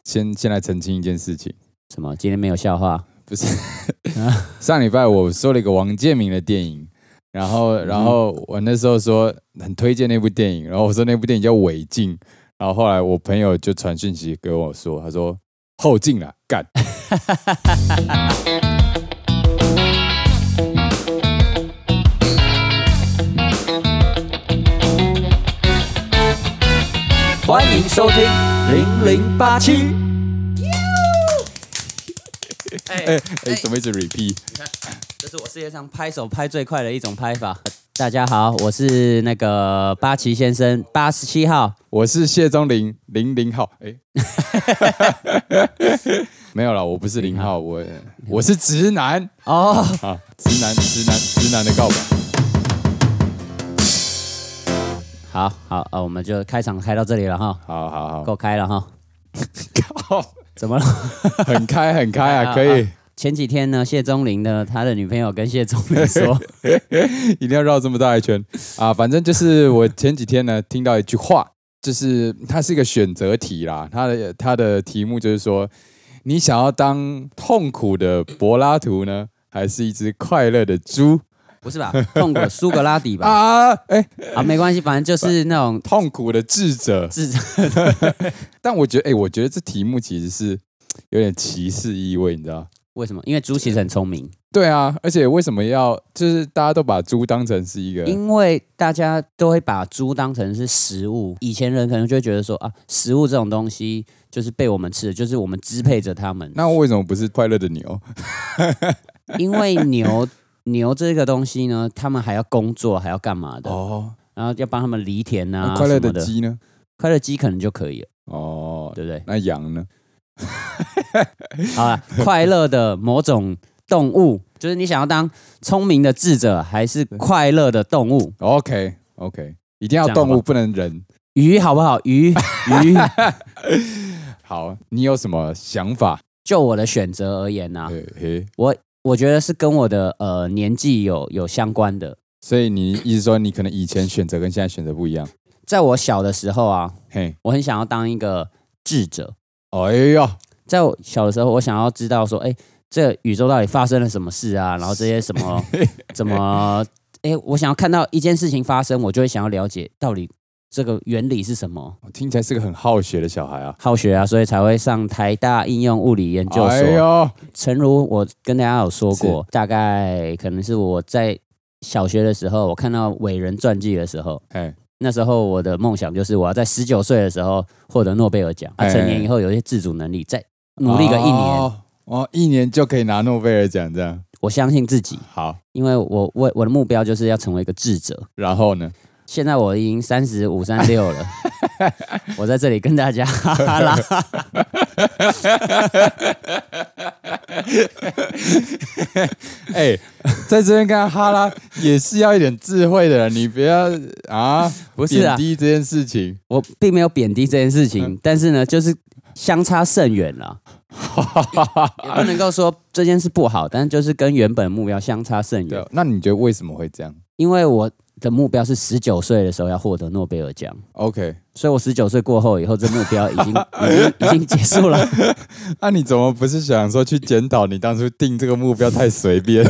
先来澄清一件事情。 什么？今天没有笑话？ 不是，上礼拜我说了一个王建民的电影，然后我那时候说很推荐那部电影，然后我说那部电影叫《违禁》，然后后来我朋友就传讯息给我说，他说后进啦，干。 欢迎收听0087。 怎么一直 repeat？ 这是我世界上拍手拍最快的一种拍法。大家好，我是那个八旗先生87号， 我是谢宗林00号。没有啦，我不是0号，我是直男哦。 啊，直男的告白。 好，我们就开场开到这里了哈。 好， 够开了哈。 靠， 怎么了？ 很开啊，可以。 前几天呢，谢宗林呢，他的女朋友跟谢宗林说， 一定要绕这么大一圈啊！反正就是我前几天呢听到一句话，就是它是一个选择题啦。它的题目就是说，你想要当痛苦的柏拉图呢，还是一只快乐的猪？ 不是吧？痛苦的苏格拉底吧？没关系，反正就是那种痛苦的智者。但我觉得这题目其实是有点歧视意味，你知道？ 为什么？因为猪其实很聪明。 对啊，而且为什么就是大家都把猪当成是一个？ 因为大家都会把猪当成是食物。以前人可能就会觉得说啊，食物这种东西就是被我们吃的，就是我们支配着它们。 那为什么不是快乐的牛？ 因为牛这个东西呢，他们还要工作，还要干嘛的？哦，然后要帮他们犁田啊。 快乐的鸡呢？ 快乐鸡可能就可以了。 哦， 对不对？ 那羊呢？ 好啦，快乐的某种动物，就是你想要当聪明的智者，还是快乐的动物 ？OK， 一定要动物，不能人。 鱼好不好？鱼。 好，你有什么想法？ 就我的选择而言啊，我觉得是跟我的年纪有相关的。 所以你意思说，你可能以前选择跟现在选择不一样？ 在我小的时候啊，我很想要当一个智者。 哎呦， 在我小的时候，我想要知道说，这宇宙到底发生了什么事啊？然后这些什么怎么，我想要看到一件事情发生，我就会想要了解到底这个原理是什么。 听起来是个很好学的小孩啊， 好学啊，所以才会上台大应用物理研究所。 哎呦， 诚如我跟大家有说过，大概可能是我在小学的时候，我看到伟人传记的时候，那时候我的梦想就是我要在19岁的时候获得诺贝尔奖，成年以后有一些自主能力，再努力个1年， 1年就可以拿诺贝尔奖这样。 我相信自己， 好， 因为我的目标就是要成为一个智者。 然后呢？ 现在我已经35、36了，我在这里跟大家哈哈啦。 在这边跟他哈拉也是要一点智慧的，你不要不是贬低这件事情。 我并没有贬低这件事情，但是呢，就是相差甚远了。也不能够说这件事不好，但是就是跟原本目标相差甚远。 那你觉得为什么会这样？ 因为我的目标是19岁的时候要获得诺贝尔奖。 OK， 所以我19岁过后以后，这目标已经结束了。 那你怎么不是想说去检讨你当初定这个目标太随便？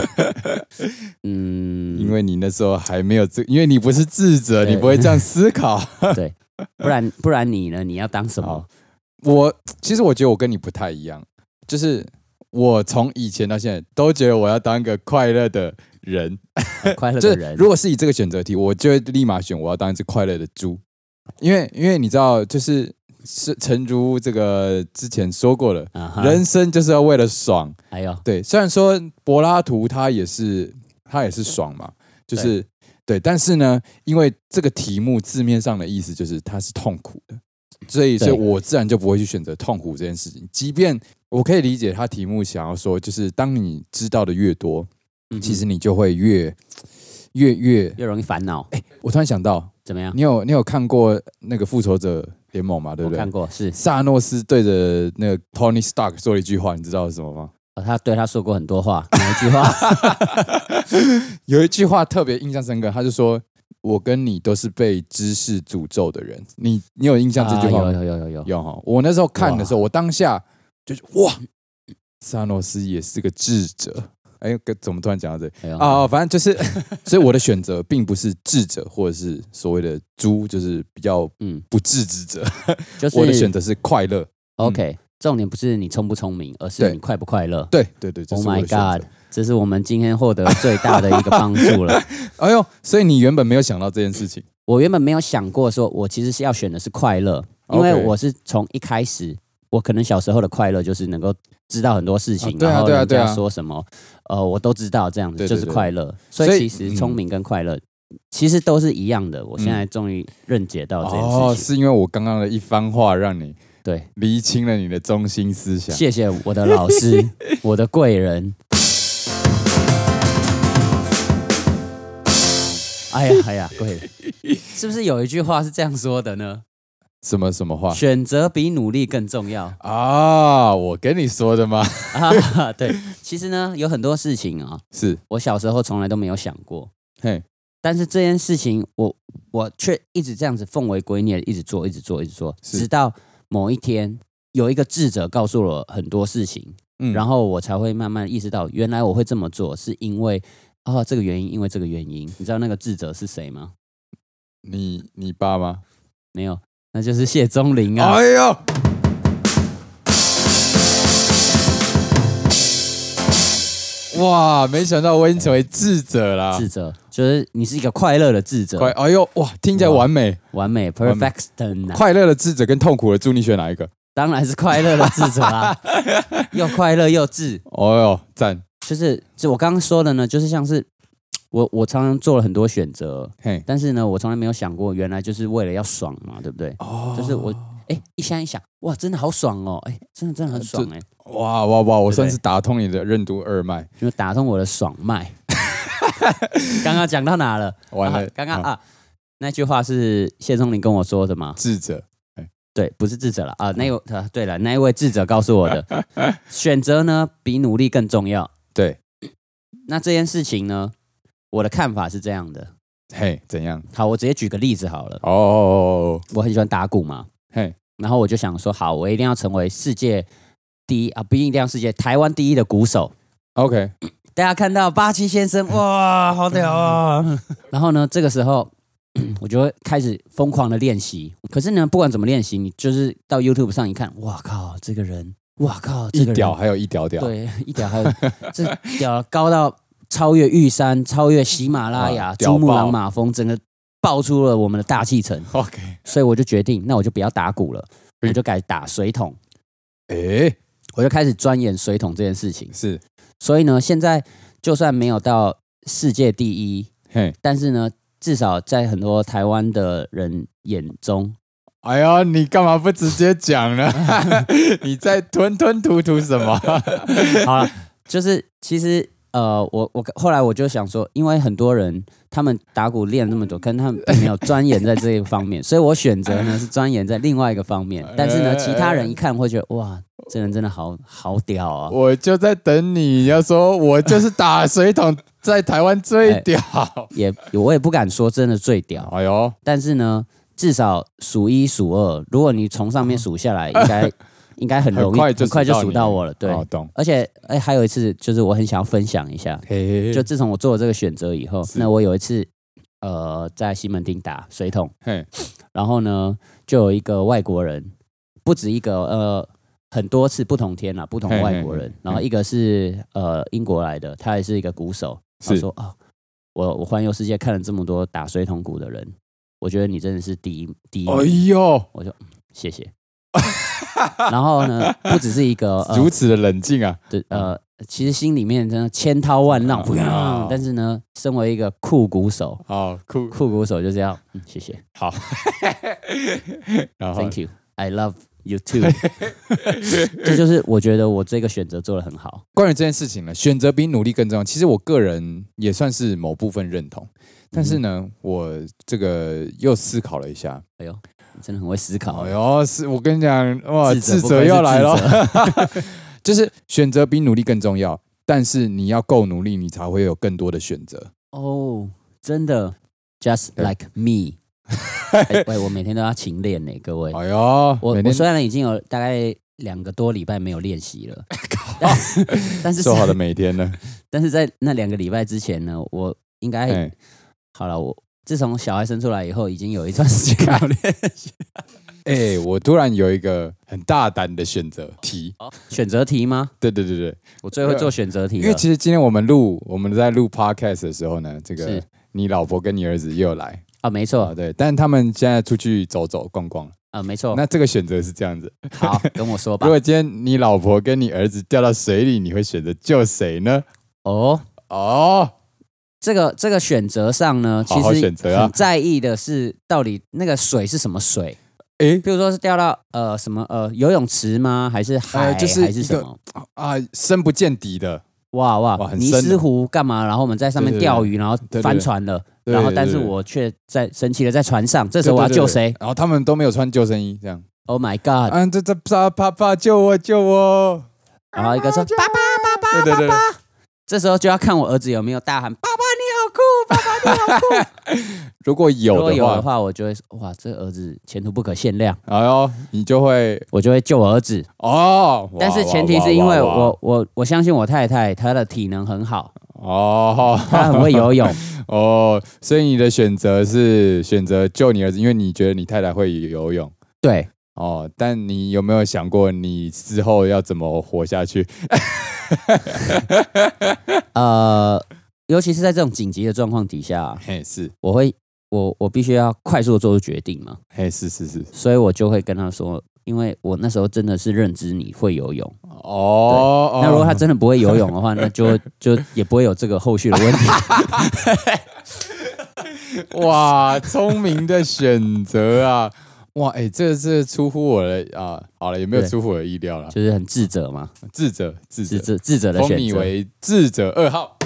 因为你那时候还没有因为你不是智者，你不会这样思考。 对，不然你呢？你要当什么？ 其实我觉得我跟你不太一样，就是我从以前到现在都觉得我要当一个快乐的人。 快乐的人， 如果是以这个选择题，我就会立马选我要当一只快乐的猪，因为你知道，就是诚如这个之前说过了，人生就是要为了爽。对，虽然说柏拉图他也是爽嘛，就是对，但是呢，因为这个题目字面上的意思就是它是痛苦的，所以我自然就不会去选择痛苦这件事情。即便我可以理解他题目想要说，就是当你知道的越多，其实你就会越容易烦恼。 我突然想到， 怎么样？ 你有看过那个复仇者联盟嘛？对不对？ 我看过，是萨诺斯对着那个 Tony Stark 说了一句话，你知道是什么吗？ 他对他说过很多话，哪一句话？ 有一句话特别印象深刻，他就说：“ 我跟你都是被知识诅咒的人。你有印象这句话吗？有哈。我那时候看的时候，我当下就是哇，萨诺斯也是个智者。哎，怎么突然讲到这反正就是，所以我的选择并不是智者，或者是所谓的猪，就是比较不智之者。就是我的选择是快乐。 OK，重点不是你聪不聪明，而是你快不快乐。 对，这是我的选择。Oh my god， 这是我们今天获得最大的一个帮助了。 哎呦，所以你原本没有想到这件事情？ 我原本没有想过，说我其实是要选的是快乐，因为我是从一开始，我可能小时候的快乐就是能够知道很多事情，然后人家说什么，我都知道，这样子就是快乐。所以其实聪明跟快乐其实都是一样的。我现在终于认解到这件事情。 是因为我刚刚的一番话让你对厘清了你的中心思想。 谢谢我的老师，我的贵人。哎呀，贵人，是不是有一句话是这样说的呢？ 什么话？ 选择比努力更重要啊！我跟你说的吗？ 对，其实呢，有很多事情啊， 是我小时候从来都没有想过。嘿，但是这件事情，我却一直这样子奉为圭臬，一直做，直到某一天，有一个智者告诉我很多事情，然后我才会慢慢意识到，原来我会这么做，是因为这个原因，因为这个原因。你知道那个智者是谁吗？ 你爸吗？ 没有。那就是谢宗霖啊！ 哎呦，哇！没想到我已经成为智者啦！ 智者就是你是一个快乐的智者。 哎呦，哇，听起来完美 ，perfection。 快乐的智者跟痛苦的猪，你选哪一个？ 当然是快乐的智者啦，又快乐又智。 哦呦，赞！ 就是我刚刚说的呢，就是像是。我常常做了很多选择，但是呢，我从来没有想过，原来就是为了要爽嘛，对不对？就是我一想，哇，真的好爽哦，真的很爽哎！ 哇，我算是打通你的任督二脉， 就打通我的爽脉。刚刚讲到哪了？ 完了， 刚刚那句话是谢宗霖跟我说的吗？ 智者， 对，不是智者了啊。对了，那一位智者告诉我的，选择呢比努力更重要。 对， 那这件事情呢？我的看法是这样的， 怎样？ 好，我直接举个例子好了。我很喜欢打鼓嘛，然后我就想说，好，我一定要成为世界第一啊，不一定要世界，台湾第一的鼓手。 OK， 大家看到八七先生，哇，好屌啊！然后呢，这个时候我就会开始疯狂的练习。可是呢，不管怎么练习，你就是到 YouTube 上一看，哇靠，这个人，哇靠，这个人一屌还有一屌屌， 对，一屌还有这屌高到。超越玉山，超越喜马拉雅，珠穆朗玛峰，整个爆出了我们的大气层。 OK， 所以我就决定，那我就不要打鼓了，我就改打水桶。我就开始钻研水桶这件事情。 是， 所以呢，现在就算没有到世界第一，但是呢，至少在很多台湾的人眼中， 哎呀，你干嘛不直接讲呢？你在吞吞吐吐什么？ 好了，就是其实。我后来我就想说，因为很多人他们打鼓练那么久，可能他们并没有钻研在这一方面，所以我选择呢是钻研在另外一个方面。但是呢，其他人一看会觉得哇，这人真的好屌啊！ 我就在等你要说，我就是打水桶在台湾最屌， 我也不敢说真的最屌。 哎呦， 但是呢，至少数一数二。如果你从上面数下来，应该很容易，很快就数到我了。对， 懂。 而且，还有一次，就是我很想要分享一下。就自从我做了这个选择以后，那我有一次，在西门町打水桶，然后呢，就有一个外国人，不止一个，很多次不同天啦，不同外国人。然后一个是英国来的，他也是一个鼓手。他说我环游世界看了这么多打水桶鼓的人，我觉得你真的是第一。 哎呦， 我就谢谢。然后呢，不只是一个如此的冷静啊， 对，其实心里面真的千涛万浪，但是呢，身为一个酷鼓手，酷鼓手就这样，谢谢， 好 ，Thank you, I love you too 。这就是我觉得我这个选择做得很好。 关于这件事情呢，选择比努力更重要。其实我个人也算是某部分认同，但是呢，我这个又思考了一下， 哎呦。真的很会思考。 哎呦，是我跟你讲，哇，智者要来了，就是选择比努力更重要，但是你要够努力，你才会有更多的选择。 哦，真的， just like me。喂，我每天都要勤练呢，各位。 哎呦， 我虽然已经有大概2个多礼拜没有练习了，但是说好的每天呢？ 但是在那2个礼拜之前呢，我应该好了。我自从小孩生出来以后，已经有一段时间没有练习。 我突然有一个很大胆的选择题。 选择题吗？ 对， 我最会做选择题了。 因为其实今天我们在录 podcast 的时候呢，这个你老婆跟你儿子也有来啊，没错， 对，但他们现在出去走走逛逛了没错。 那这个选择是这样子， 好，跟我说吧。 如果今天你老婆跟你儿子掉到水里，你会选择救谁呢？ 这个选择上呢，其实很在意的是到底那个水是什么水。比如说是掉到什么游泳池吗？还是海？就是还是什么深不见底的。 哇，尼斯湖干嘛？然后我们在上面钓鱼，然后翻船了。然后但是我却在生气的在船上，这时候我要救谁？ 然后他们都没有穿救生衣，这样。 Oh my god！ 爸爸救我！ 然后一个说爸爸，这时候就要看我儿子有没有大喊爸爸你好酷，爸爸你好酷。如果有的话，我就会哇，这儿子前途不可限量。 哎呦，我就会救我儿子但是前提是因为我相信我太太她的体能很好她很会游泳所以你的选择是选择救你儿子，因为你觉得你太太会游泳。 对但你有没有想过你之后要怎么活下去？ 尤其是在这种紧急的状况底下，我必须要快速的做出决定嘛。 是， 所以我就会跟他说，因为我那时候真的是认知你会游泳那如果他真的不会游泳的话，那就也不会有这个后续的问题。 哇，聪明的选择啊！哇，这是出乎我的好了，有没有出乎我的意料了？ 就是很智者嘛， 智者的选择， 封你为智者2号。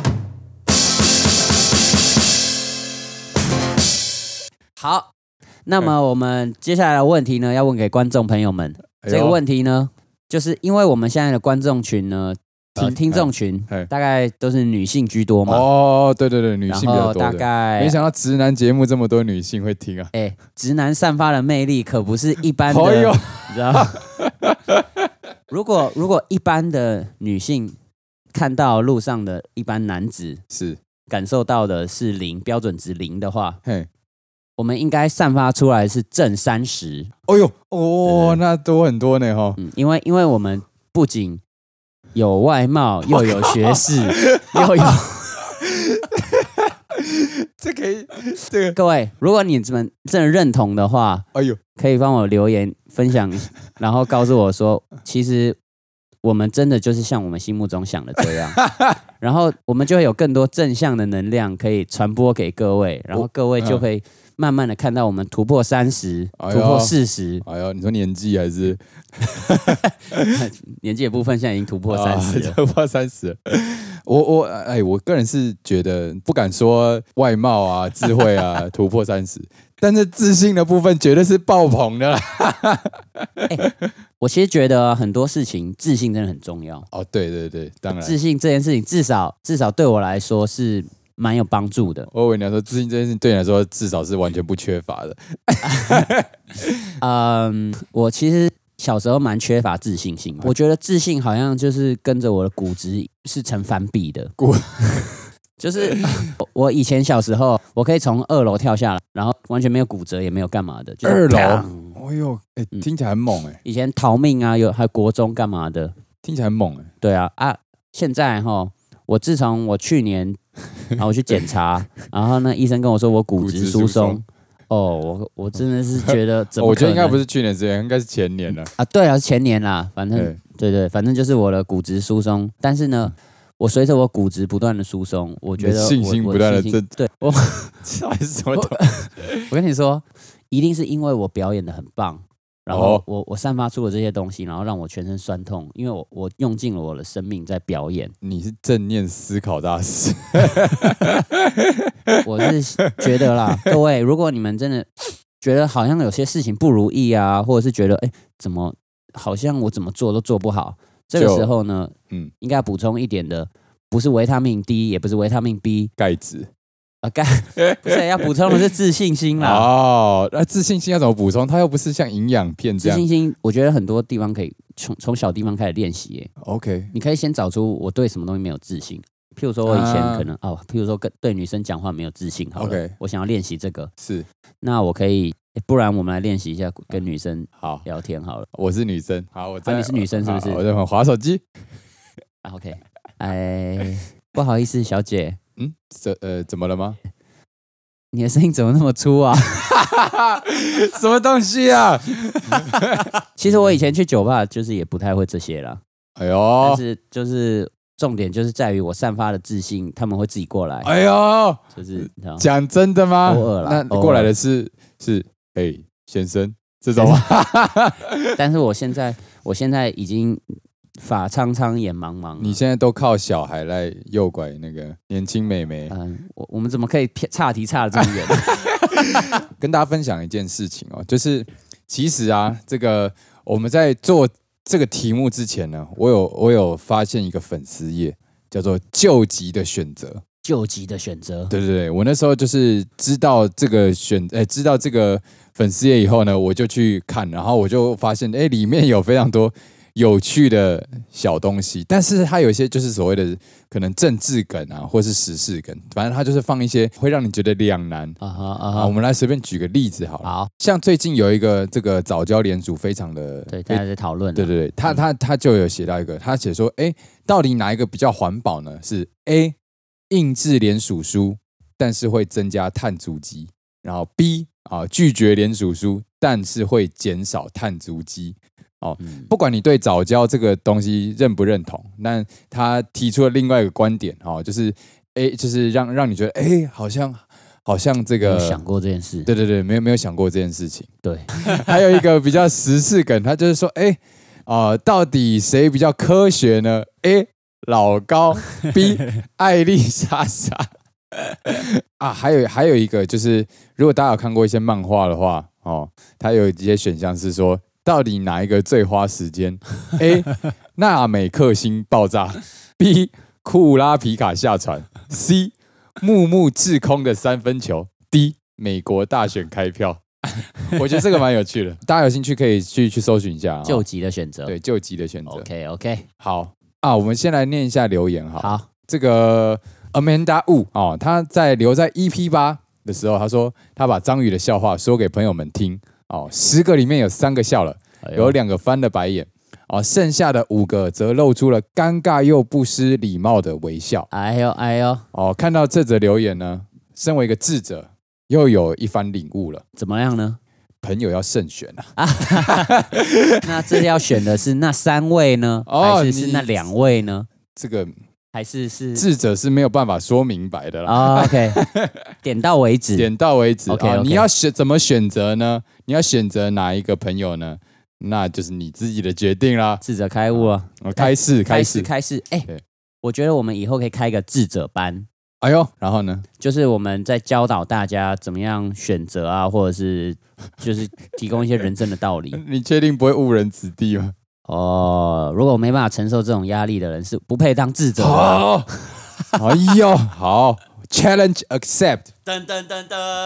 好，那么我们接下来的问题呢，要问给观众朋友们。这个问题呢，就是因为我们现在的观众群呢，听众群大概都是女性居多嘛。 对，女性比较多。 大概没想到直男节目这么多女性会听啊。 直男散发的魅力可不是一般的，你知道吗？如果一般的女性看到路上的一般男子是感受到的是0标准值0的话，我们应该散发出来是正30。 那多很多呢因为我们不仅有外貌，又有学识，又有这个各位，如果你们真的认同的话，可以帮我留言分享，然后告诉我说，其实我们真的就是像我们心目中想的这样，然后我们就会有更多正向的能量可以传播给各位，然后各位就会慢慢的看到我们突破30，突破40。 你说年纪还是年纪的部分现在已经突破30了， 突破30了。我个人是觉得不敢说外貌啊、智慧啊突破30，但是自信的部分绝对是爆棚的啦。 我其实觉得很多事情自信真的很重要。 对，当然， 自信这件事情至少对我来说是蛮有帮助的。 我以为你要说自信这件事情对你来说至少是完全不缺乏的。 我其实小时候蛮缺乏自信心的。我觉得自信好像就是跟着我的骨质是成反比的。就是我以前小时候，我可以从2楼跳下来，然后完全没有骨折，也没有干嘛的。 2楼，听起来很猛以前逃命啊，还有国中干嘛的， 听起来很猛对啊，现在我自从我去年，然后我去检查，然后呢医生跟我说我骨质疏松。我真的是觉得怎么可能？ 我觉得应该不是去年之前，应该是前年了。 对啊，是前年啦。反正对，反正就是我的骨质疏松。但是呢，我随着我骨质不断的疏松，我觉得信心不断的增。 对， 还是什么？ 我跟你说，一定是因为我表演的很棒，然后我散发出了这些东西，然后让我全身酸痛，因为我用尽了我的生命在表演。 你是正念思考大师。 我是觉得啦，各位，如果你们真的觉得好像有些事情不如意啊，或者是觉得怎么好像我怎么做都做不好，这个时候呢，应该要补充一点的，不是维他命 D， 也不是维他命 B， 钙质。 不是要补充的是自信心啦。 哦，那自信心要怎么补充？它又不是像营养片这样。 自信心，我觉得很多地方可以从小地方开始练习耶。 OK， 你可以先找出我对什么东西没有自信。譬如说我以前可能譬如说对女生讲话没有自信，好了 ，OK， 我想要练习这个， 是， 那我可以，不然我们来练习一下跟女生聊天好了。 我是女生，好， 你是女生是不是？ 我在滑手机。 OK， 不好意思，小姐， 怎么了吗？ 你的声音怎么那么粗啊？ 什么东西啊？ 其实我以前去酒吧就是也不太会这些啦。 哎呦， 但是就是重点就是在于我散发的自信，他们会自己过来。 哎呦， 就是讲真的吗？ 偶尔啦， 那过来的是先生这种吗？ 但是我现在已经发苍苍眼茫茫。 你现在都靠小孩来诱拐那个年轻妹妹。 我们怎么可以岔题岔得这么远？ 跟大家分享一件事情哦，就是其实啊，这个我们在做这个题目之前呢，我有发现一个粉丝页，叫做救急的选择。 救急的选择， 对对对，我那时候就是知道这个知道这个粉丝页以后呢，我就去看，然后我就发现，里面有非常多有趣的小东西，但是它有一些就是所谓的可能政治梗啊，或是时事梗，反正它就是放一些会让你觉得两难。我们来随便举个例子好了。 好， 像最近有一个这个早教联署非常的， 对，大家在讨论。 对对对，他就有写到一个，他写说，到底哪一个比较环保呢？是 A 印制联署书，但是会增加碳足迹，然后 B 拒绝联署书，但是会减少碳足迹。不管你对早教这个东西认不认同，那他提出了另外一个观点，就是就是让你觉得好像这个没有想过这件事。 对对对，没有想过这件事情。 对， 还有一个比较时事梗，他就是说，到底谁比较科学呢？A 老高 ，B 艾丽莎莎。还有一个就是，如果大家有看过一些漫画的话，它有一些选项是说，到底哪一个最花时间 ？A 纳美克星爆炸 ，B 库拉皮卡下船 ，C 木木滞空的三分球 ，D 美国大选开票。我觉得这个蛮有趣的，大家有兴趣可以去搜寻一下。 救急的选择， 对，救急的选择。 OK， 好我们先来念一下留言哈。 好， 这个 Amanda Wu 他在留在 EP8的时候，他说他把章鱼的笑话说给朋友们听，10个里面有3个笑了，有2个翻了白眼，剩下的5个则露出了尴尬又不失礼貌的微笑。 哎呦， 看到这则留言呢，身为一个智者，又有一番领悟了。 怎么样呢？ 朋友要慎选啊！ 那这要选的是那3位呢，还是那2位呢？ 这个还是智者是没有办法说明白的啦。 OK， 点到为止。 OK， 你要怎么选择呢？你要选择哪一个朋友呢？那就是你自己的决定啦。 智者开悟了， 开始。 我觉得我们以后可以开一个智者班。 哎呦，然后呢？ 就是我们在教导大家怎么样选择啊，或者是就是提供一些人生的道理。 你确定不会误人子弟吗？ 如果我没办法承受这种压力的人，是不配当智者的。 哎呦，好 ，Challenge accept。 噔噔噔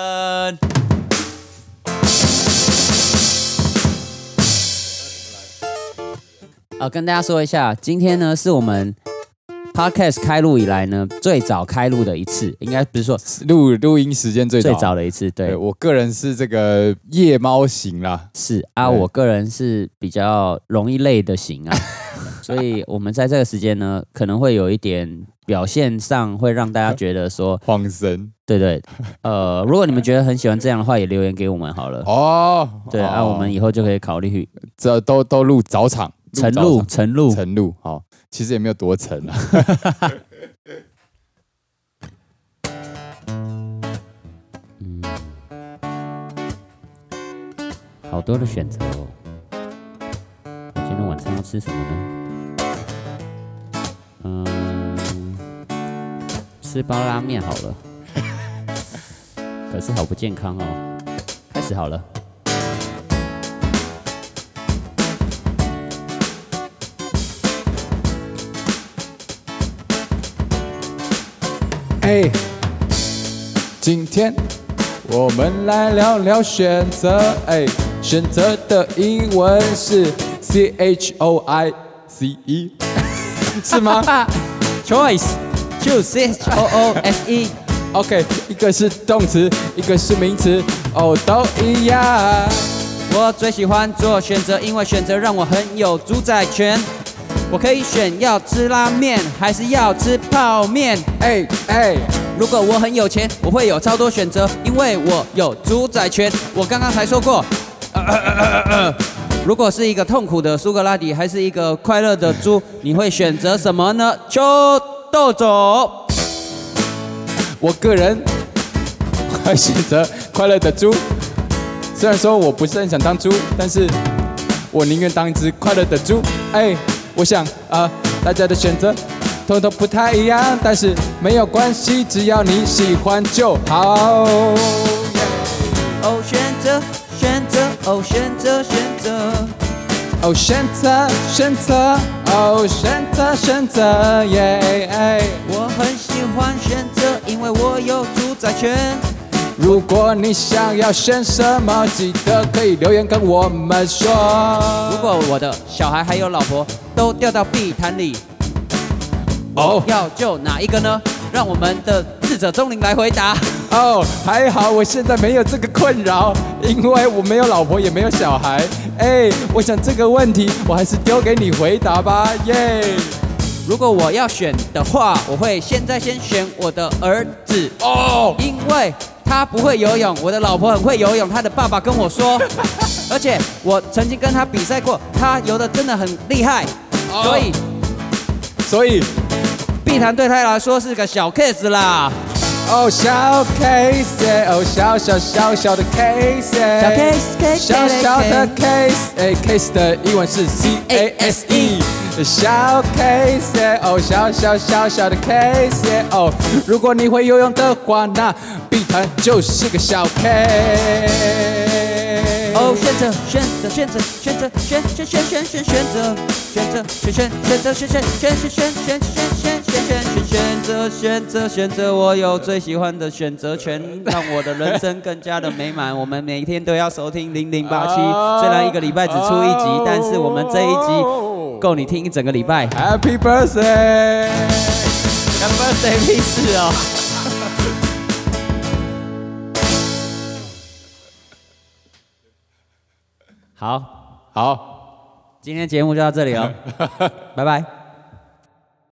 噔。跟大家说一下，今天呢是我们Podcast 开录以来呢最早开录的一次，应该不是说录音时间最早的一次。对， 我个人是这个夜猫型啦， 是啊，我个人是比较容易累的型啊，所以我们在这个时间呢，可能会有一点表现上会让大家觉得说晃神。 对，如果你们觉得很喜欢这样的话，也留言给我们好了。对啊，我们以后就可以考虑这都录早场， 晨录， 好。其实也没有多沉啊。 好多的选择哦。我今天晚上要吃什么呢？吃包拉面好了。可是好不健康哦。开始好了。 今天我们来聊聊选择，选择的英文是 CHOICE， 是吗 ？Choose OK， 一个是动词，一个是名词，都一样。 我最喜欢做选择，因为选择让我很有主宰权。我可以选要吃拉面，还是要吃泡面。如果我很有钱，我会有超多选择，因为我有主宰权。我刚刚才说过，如果是一个痛苦的苏格拉底，还是一个快乐的猪，你会选择什么呢？秋豆总， 我个人会选择快乐的猪。虽然说我不是很想当猪，但是我宁愿当一只快乐的猪。我想大家的选择统统不太一样，但是没有关系，只要你喜欢就好。 选择，选择，选择，选择。 选择，选择，选择，选择， 我很喜欢选择，因为我有主宰权。 如果你想要选什么，记得可以留言跟我们说。 如果我的小孩还有老婆都掉到地毯里，要救哪一个呢？让我们的智者钟灵来回答。 还好我现在没有这个困扰，因为我没有老婆也没有小孩。我想这个问题我还是丢给你回答吧。 如果我要选的话，我会先选我的儿子。因为他不会游泳，我的老婆很会游泳，他的爸爸跟我说，而且我曾经跟他比赛过，他游的真的很厉害，所以碧潭对他来说是个小 case 啦。 小 case， 小的 case， 小的 case，case 的英文是 CASE， 小 case， 小的 case， 如果你会游泳的话，那碧潭就是个小 case。 选择，选择，选择，选择，选择，选择，选择，选择，选择，我有最喜欢的选择权，让我的人生更加的美满。我们每一天都要收听0087，虽然一个礼拜只出一集，但是我们这一集够你听一整个礼拜。 Happy birthday！ 干 birthday 屁事哦！好， 今今天节目就到这里了，拜拜。